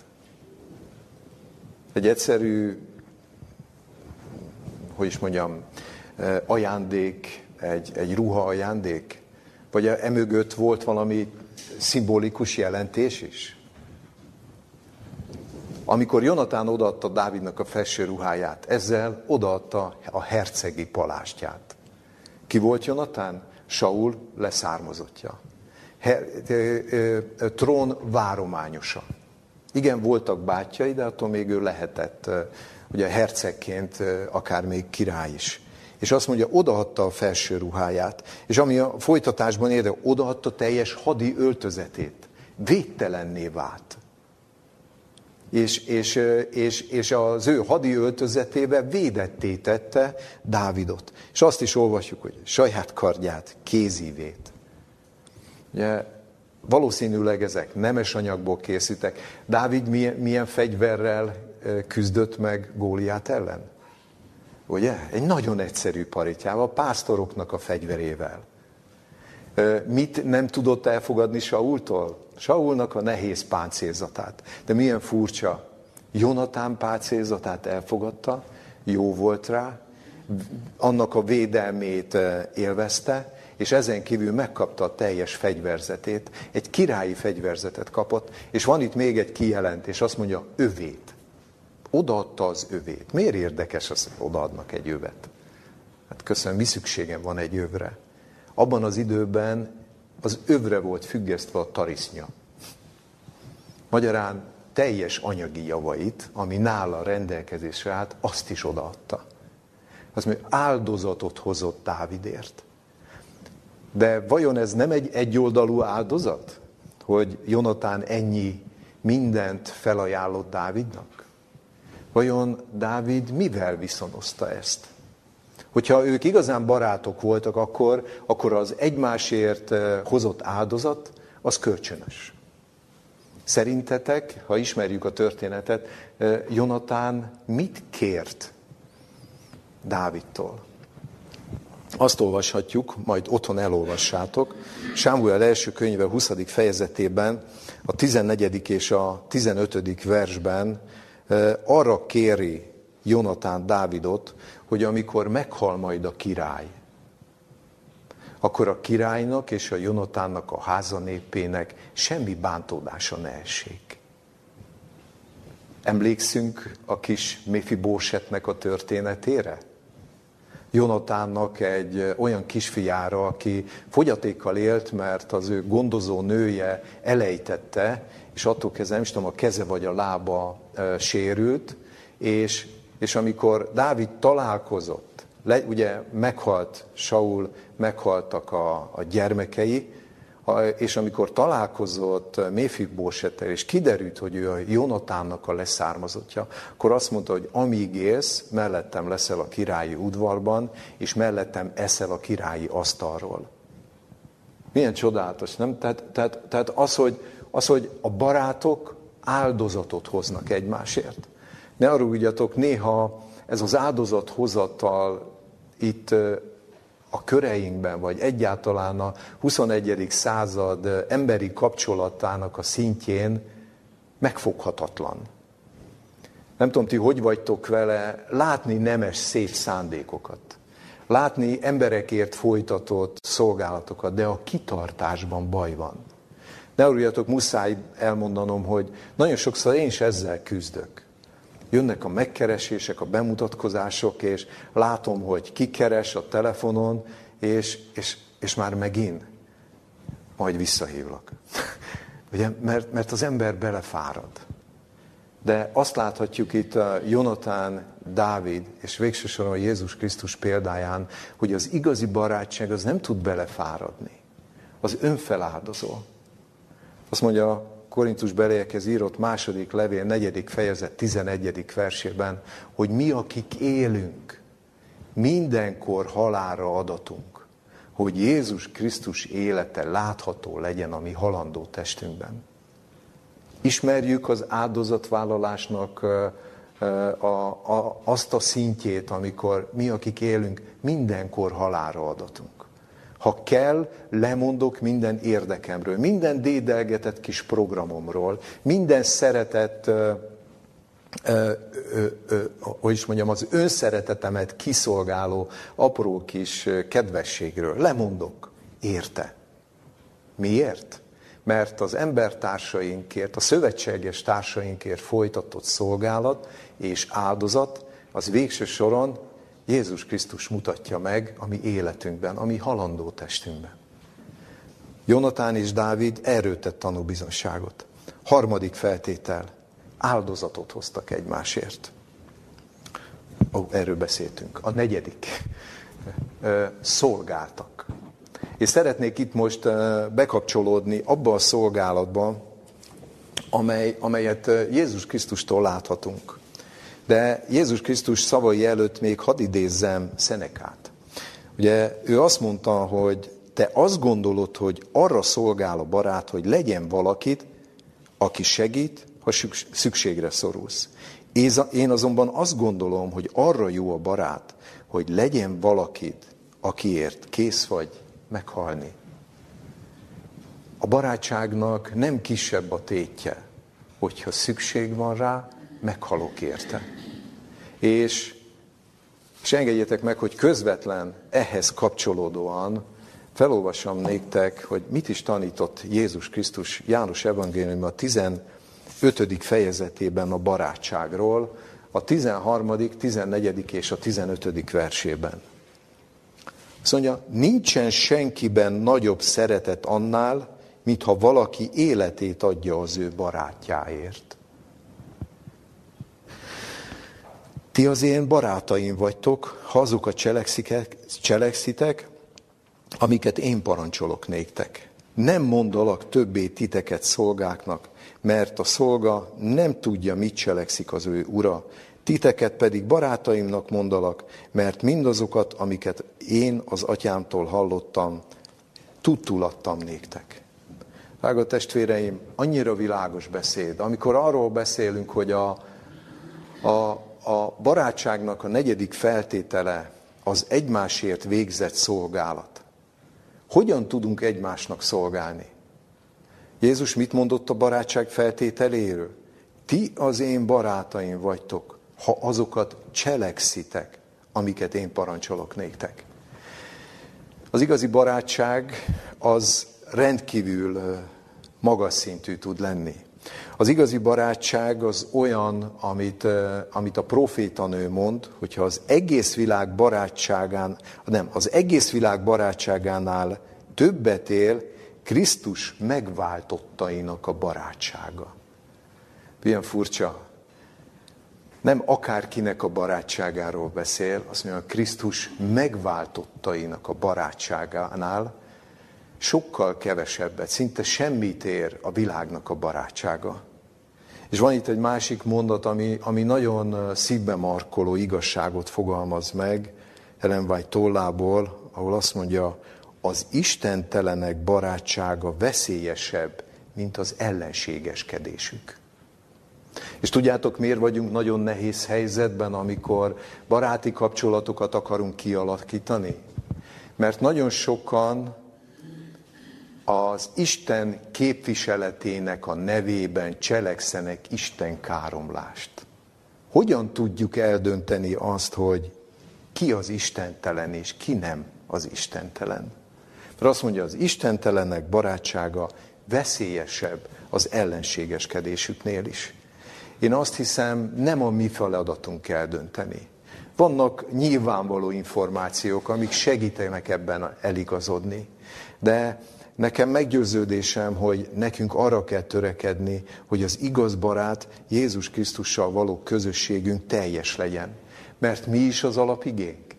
Egy egyszerű, ajándék, egy ruha ajándék? Vagy emögött volt valami szimbolikus jelentés is? Amikor Jonatán odaadta Dávidnak a felső ruháját, ezzel odaadta a hercegi palástját. Ki volt Jonatán? Saul leszármazottja. Trón várományosa. Igen, voltak bátyjai, de attól még ő lehetett ugye hercegként akár még király is. És azt mondja, odaadta a felső ruháját. És ami a folytatásban érdekel, odaadta teljes hadi öltözetét. Védtelenné vált. És az ő hadi öltözetébe védetté tette Dávidot. És azt is olvasjuk, hogy saját kardját, kézívét. Ugye, valószínűleg ezek nemes anyagból készültek. Dávid milyen fegyverrel küzdött meg Góliát ellen? Ugye? Egy nagyon egyszerű paritjával, a pásztoroknak a fegyverével. Mit nem tudott elfogadni Saultól? Saulnak a nehéz páncélzatát. De milyen furcsa, Jonatán páncélzatát elfogadta, jó volt rá, annak a védelmét élvezte, és ezen kívül megkapta a teljes fegyverzetét, egy királyi fegyverzetet kapott, és van itt még egy kijelentés, azt mondja, övét. Odaadta az övét. Miért érdekes az, hogy odaadnak egy övet? Hát köszönöm, mi szükségem van egy övre? Abban az időben az övre volt függesztve a tarisznya. Magyarán teljes anyagi javait, ami nála rendelkezésre állt, azt is odaadta. Azt mondja, áldozatot hozott Dávidért. De vajon ez nem egy egyoldalú áldozat? Hogy Jonatán ennyi mindent felajánlott Dávidnak? Vajon Dávid mivel viszonozta ezt? Hogyha ők igazán barátok voltak, akkor az egymásért hozott áldozat, az kölcsönös. Szerintetek, ha ismerjük a történetet, Jonatán mit kért Dávidtól? Azt olvashatjuk, majd otthon elolvassátok, Sámuel első könyve 20. fejezetében, a 14. és a 15. versben arra kéri Jonatán Dávidot, hogy amikor meghal majd a király, akkor a királynak és a Jonatánnak, a háza népének semmi bántódása ne essék. Emlékszünk a kis Méfibósetnek a történetére? Jonatánnak egy olyan kisfiára, aki fogyatékkal élt, mert az ő gondozó nője elejtette, és attól kezdve, nem is tudom, a keze vagy a lába sérült, és amikor Dávid ugye meghalt Saul, meghaltak a gyermekei, És amikor találkozott Méfibósettel, és kiderült, hogy ő a Jonatánnak a leszármazottja, akkor azt mondta, hogy amíg élsz, mellettem leszel a királyi udvarban, és mellettem eszel a királyi asztalról. Milyen csodálatos, nem? Tehát az, hogy a barátok áldozatot hoznak egymásért. Ne aruljatok, néha ez az áldozathozatal itt a köreinkben, vagy egyáltalán a 21. század emberi kapcsolatának a szintjén megfoghatatlan. Nem tudom, ti hogy vagytok vele, látni nemes, szép szándékokat. Látni emberekért folytatott szolgálatokat, de a kitartásban baj van. Ne aruljatok, muszáj elmondanom, hogy nagyon sokszor én is ezzel küzdök. Jönnek a megkeresések, a bemutatkozások, és látom, hogy ki keres a telefonon, és már megint majd visszahívlak. Ugye? Mert az ember belefárad. De azt láthatjuk itt a Jonatán, Dávid, és végső soron Jézus Krisztus példáján, hogy az igazi barátság az nem tud belefáradni. Az önfeláldozó. Azt mondja a Korintus beliekhez írott második levél, 4. fejezet, 11. versében, hogy mi, akik élünk, mindenkor halálra adatunk, hogy Jézus Krisztus élete látható legyen a mi halandó testünkben. Ismerjük az áldozatvállalásnak azt a szintjét, amikor mi, akik élünk, mindenkor halálra adatunk. Ha kell, lemondok minden érdekemről, minden dédelgetett kis programomról, minden szeretett, hogy is mondjam, az önszeretetemet kiszolgáló apró kis kedvességről. Lemondok. Érte. Miért? Mert az embertársainkért, a szövetséges társainkért folytatott szolgálat és áldozat, az végső soron Jézus Krisztus mutatja meg a mi életünkben, a mi halandó testünkben. Jonatán és Dávid erről tett tanúbizonyságot. Harmadik feltétel, áldozatot hoztak egymásért. Erről beszéltünk. A negyedik, szolgáltak. És szeretnék itt most bekapcsolódni abba a szolgálatba, amelyet Jézus Krisztustól láthatunk. De Jézus Krisztus szavai előtt még hadd idézzem Szenekát. Ugye ő azt mondta, hogy te azt gondolod, hogy arra szolgál a barát, hogy legyen valakit, aki segít, ha szükségre szorulsz. Én azonban azt gondolom, hogy arra jó a barát, hogy legyen valakit, akiért kész vagy meghalni. A barátságnak nem kisebb a tétje, hogyha szükség van rá, meghalok érte. És engedjétek meg, hogy közvetlen ehhez kapcsolódóan felolvassam néktek, hogy mit is tanított Jézus Krisztus János evangéliumban a 15. fejezetében a barátságról, a 13., 14. és a 15. versében. Azt mondja, nincsen senkiben nagyobb szeretet annál, mintha valaki életét adja az ő barátjáért. Ti az én barátaim vagytok, ha azokat cselekszitek, amiket én parancsolok néktek. Nem mondalak többé titeket szolgáknak, mert a szolga nem tudja, mit cselekszik az ő ura. Titeket pedig barátaimnak mondalak, mert mindazokat, amiket én az atyámtól hallottam, tudtul adtam néktek. Drága testvéreim, annyira világos beszéd. Amikor arról beszélünk, hogy a barátságnak a negyedik feltétele az egymásért végzett szolgálat. Hogyan tudunk egymásnak szolgálni? Jézus mit mondott a barátság feltételéről? Ti az én barátaim vagytok, ha azokat cselekszitek, amiket én parancsolok néktek. Az igazi barátság az rendkívül magas szintű tud lenni. Az igazi barátság az olyan, amit a profétanő mond, hogyha az egész világ barátságánál többet él Krisztus megváltottainak a barátsága. Milyen furcsa. Nem akárkinek a barátságáról beszél, azt mondja, a Krisztus megváltottainak a barátságánál sokkal kevesebbet, szinte semmit ér a világnak a barátsága. És van itt egy másik mondat, ami nagyon szívbe markoló igazságot fogalmaz meg Ellen White tollából, ahol azt mondja, az istentelenek barátsága veszélyesebb, mint az ellenségeskedésük. És tudjátok, miért vagyunk nagyon nehéz helyzetben, amikor baráti kapcsolatokat akarunk kialakítani? Mert nagyon sokan az Isten képviseletének a nevében cselekszenek Isten káromlást. Hogyan tudjuk eldönteni azt, hogy ki az istentelen és ki nem az istentelen? Mert azt mondja, az istentelenek barátsága veszélyesebb az ellenségeskedésüknél is. Én azt hiszem, nem a mi feladatunk eldönteni. Vannak nyilvánvaló információk, amik segítenek ebben eligazodni. De nekem meggyőződésem, hogy nekünk arra kell törekedni, hogy az igaz barát Jézus Krisztussal való közösségünk teljes legyen. Mert mi is az alapigénk?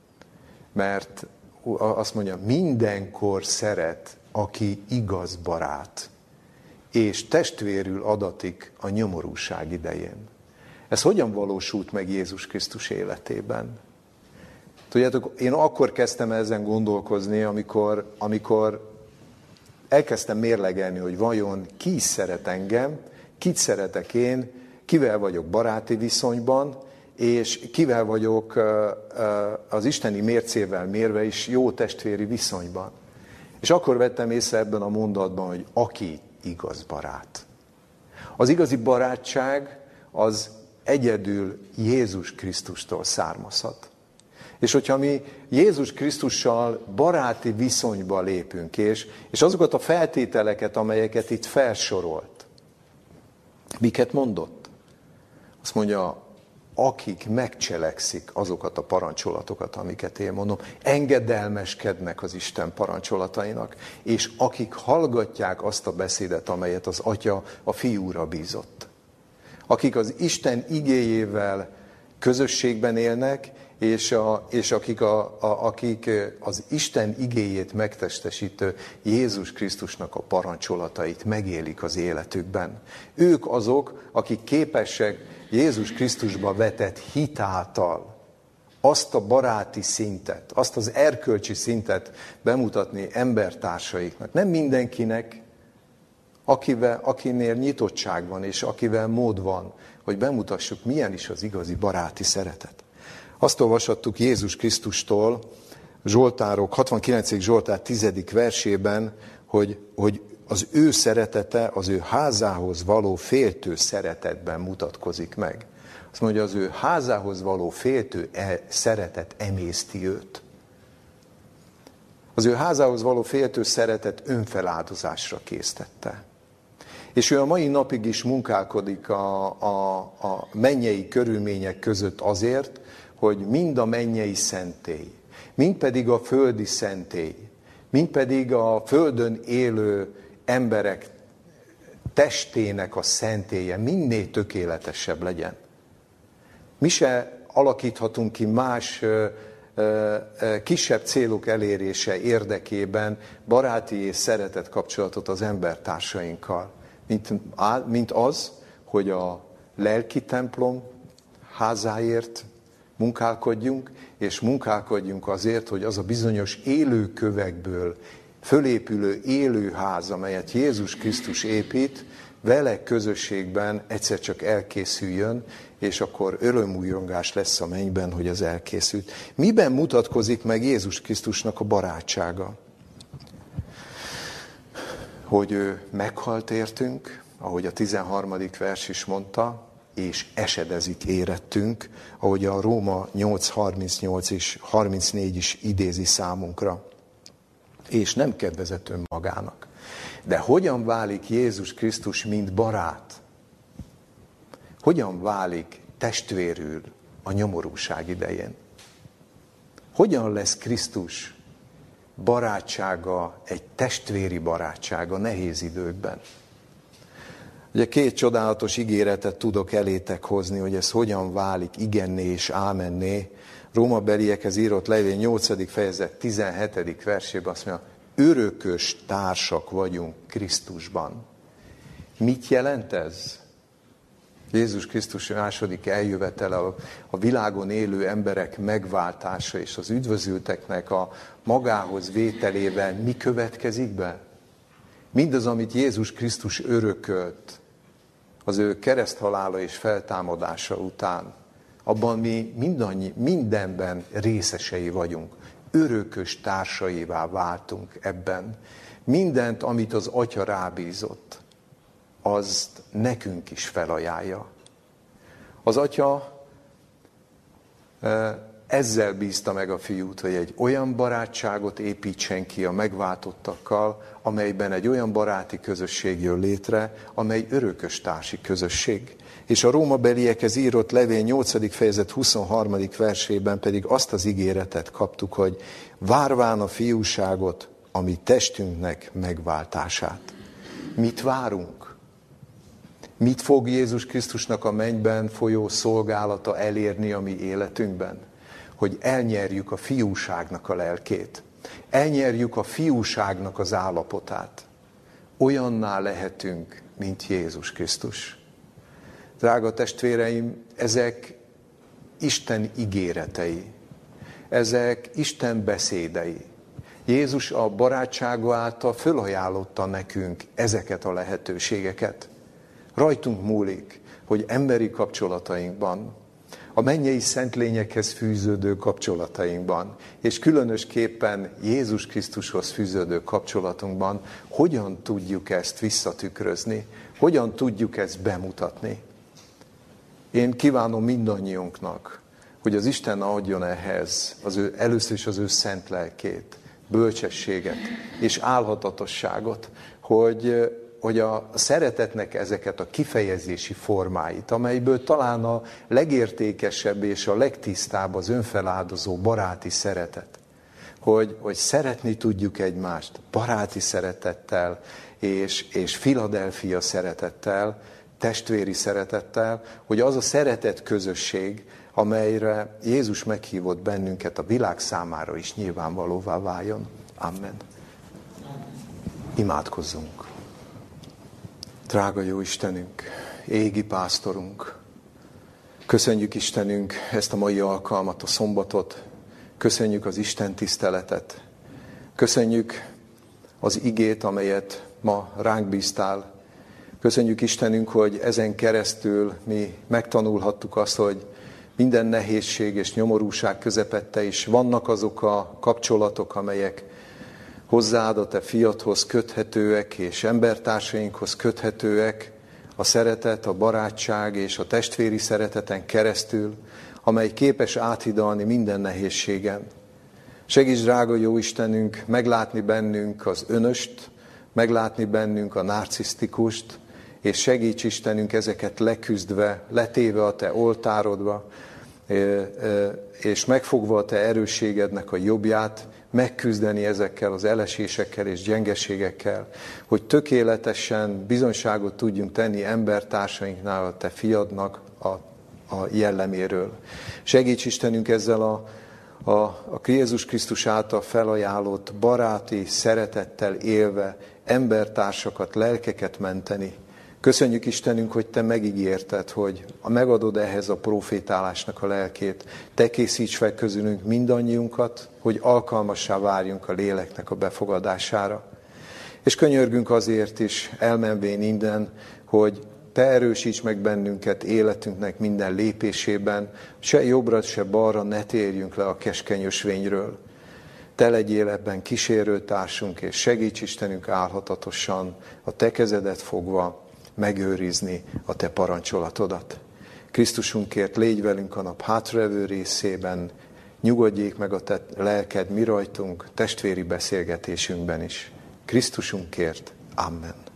Mert azt mondja, mindenkor szeret, aki igaz barát, és testvérül adatik a nyomorúság idején. Ez hogyan valósult meg Jézus Krisztus életében? Tudjátok, én akkor kezdtem ezen gondolkozni, amikor elkezdtem mérlegelni, hogy vajon ki szeret engem, kit szeretek én, kivel vagyok baráti viszonyban, és kivel vagyok az isteni mércével mérve is jó testvéri viszonyban. És akkor vettem észre ebben a mondatban, hogy aki igaz barát. Az igazi barátság az egyedül Jézus Krisztustól származhat. És hogyha mi Jézus Krisztussal baráti viszonyba lépünk, és azokat a feltételeket, amelyeket itt felsorolt, miket mondott? Azt mondja, akik megcselekszik azokat a parancsolatokat, amiket én mondom, engedelmeskednek az Isten parancsolatainak, és akik hallgatják azt a beszédet, amelyet az Atya a Fiúra bízott. Akik az Isten igéjével közösségben élnek, és akik az Isten igéjét megtestesítő Jézus Krisztusnak a parancsolatait megélik az életükben. Ők azok, akik képesek Jézus Krisztusba vetett hit által azt a baráti szintet, azt az erkölcsi szintet bemutatni embertársaiknak. Nem mindenkinek, akinél nyitottság van, és akivel mód van, hogy bemutassuk, milyen is az igazi baráti szeretet. Azt olvashattuk Jézus Krisztustól, Zsoltárok, 69. Zsoltár 10. versében, hogy az ő szeretete az ő házához való féltő szeretetben mutatkozik meg. Azt mondja, az ő házához való féltő szeretet emészti őt. Az ő házához való féltő szeretet önfeláldozásra késztette. És ő a mai napig is munkálkodik a mennyei körülmények között azért, hogy mind a mennyei szentély, mind pedig a földi szentély, mind pedig a földön élő emberek testének a szentélye minél tökéletesebb legyen. Mi se alakíthatunk ki más kisebb célok elérése érdekében baráti és szeretett kapcsolatot az embertársainkkal, mint az, hogy a lelki templom házáért munkálkodjunk, és munkálkodjunk azért, hogy az a bizonyos élőkövekből fölépülő élőház, amelyet Jézus Krisztus épít, vele közösségben egyszer csak elkészüljön, és akkor örömújongás lesz a mennyben, hogy az elkészült. Miben mutatkozik meg Jézus Krisztusnak a barátsága? Hogy ő meghalt értünk, ahogy a 13. vers is mondta, és esedezik érettünk, ahogy a Róma 8:38 és 34 is idézi számunkra. És nem kedvezett önmagának. De hogyan válik Jézus Krisztus, mint barát? Hogyan válik testvérül a nyomorúság idején? Hogyan lesz Krisztus barátsága egy testvéri barátsága nehéz időkben? Ugye 2 csodálatos ígéretet tudok elétek hozni, hogy ez hogyan válik igenné és ámenné. Rómabeliekhez írott levél 8. fejezet 17. versében azt mondja, örökös társak vagyunk Krisztusban. Mit jelent ez? Jézus Krisztus második eljövetele, a világon élő emberek megváltása és az üdvözülteknek a magához vételével mi következik be? Mindaz, amit Jézus Krisztus örökölt az ő kereszthalála és feltámadása után, abban mi mindenben részesei vagyunk. Örökös társaivá váltunk ebben. Mindent, amit az Atya rábízott, azt nekünk is felajánlja. Az Atya ezzel bízta meg a Fiút, hogy egy olyan barátságot építsen ki a megváltottakkal, amelyben egy olyan baráti közösség jön létre, amely örökös társi közösség. És a rómabeliekhez írott levél 8. fejezet 23. versében pedig azt az ígéretet kaptuk, hogy várván a fiúságot, ami testünknek megváltását. Mit várunk? Mit fog Jézus Krisztusnak a mennyben folyó szolgálata elérni a mi életünkben? Hogy elnyerjük a fiúságnak a lelkét. Elnyerjük a fiúságnak az állapotát. Olyanná lehetünk, mint Jézus Krisztus. Drága testvéreim, ezek Isten ígéretei. Ezek Isten beszédei. Jézus a barátsága által fölajánlotta nekünk ezeket a lehetőségeket. Rajtunk múlik, hogy emberi kapcsolatainkban, a mennyei szentlényekhez fűződő kapcsolatainkban, és különösképpen Jézus Krisztushoz fűződő kapcsolatunkban hogyan tudjuk ezt visszatükrözni, hogyan tudjuk ezt bemutatni. Én kívánom mindannyiunknak, hogy az Isten adjon ehhez először is az ő szent lelkét, bölcsességet és álhatatosságot, hogy a szeretetnek ezeket a kifejezési formáit, amelyből talán a legértékesebb és a legtisztább az önfeláldozó baráti szeretet, hogy szeretni tudjuk egymást baráti szeretettel és Philadelphia szeretettel, testvéri szeretettel, hogy az a szeretet közösség, amelyre Jézus meghívott bennünket, a világ számára is nyilvánvalóvá váljon. Amen. Imádkozzunk. Drága jó Istenünk, égi pásztorunk, köszönjük Istenünk ezt a mai alkalmat, a szombatot, köszönjük az Isten tiszteletet, köszönjük az igét, amelyet ma ránk bíztál, köszönjük Istenünk, hogy ezen keresztül mi megtanulhattuk azt, hogy minden nehézség és nyomorúság közepette is vannak azok a kapcsolatok, amelyek hozzád, a te fiadhoz köthetőek, és embertársainkhoz köthetőek, a szeretet, a barátság és a testvéri szereteten keresztül, amely képes áthidalni minden nehézségen. Segíts, drága jó Istenünk, meglátni bennünk az önöst, meglátni bennünk a narcisztikust, és segíts Istenünk ezeket leküzdve, letéve a te oltárodba, és megfogva a te erősségednek a jobbját, megküzdeni ezekkel az elesésekkel és gyengeségekkel, hogy tökéletesen bizonyságot tudjunk tenni embertársainknál a te fiadnak a jelleméről. Segíts Istenünk ezzel a Jézus Krisztus által felajánlott baráti szeretettel élve embertársakat, lelkeket menteni. Köszönjük Istenünk, hogy te megígérted, hogy megadod ehhez a profétálásnak a lelkét. Te készíts fel közülünk mindannyiunkat, hogy alkalmassá várjunk a léleknek a befogadására. És könyörgünk azért is, elmenvén innen, hogy te erősíts meg bennünket életünknek minden lépésében, se jobbra, se balra ne térjünk le a keskeny ösvényről. Te legyél ebben kísérőtársunk, és segíts Istenünk álhatatosan a te kezedet fogva megőrizni a te parancsolatodat. Krisztusunkért légy velünk a nap hátralévő részében, nyugodjék meg a te lelked mi rajtunk, testvéri beszélgetésünkben is. Krisztusunkért. Amen.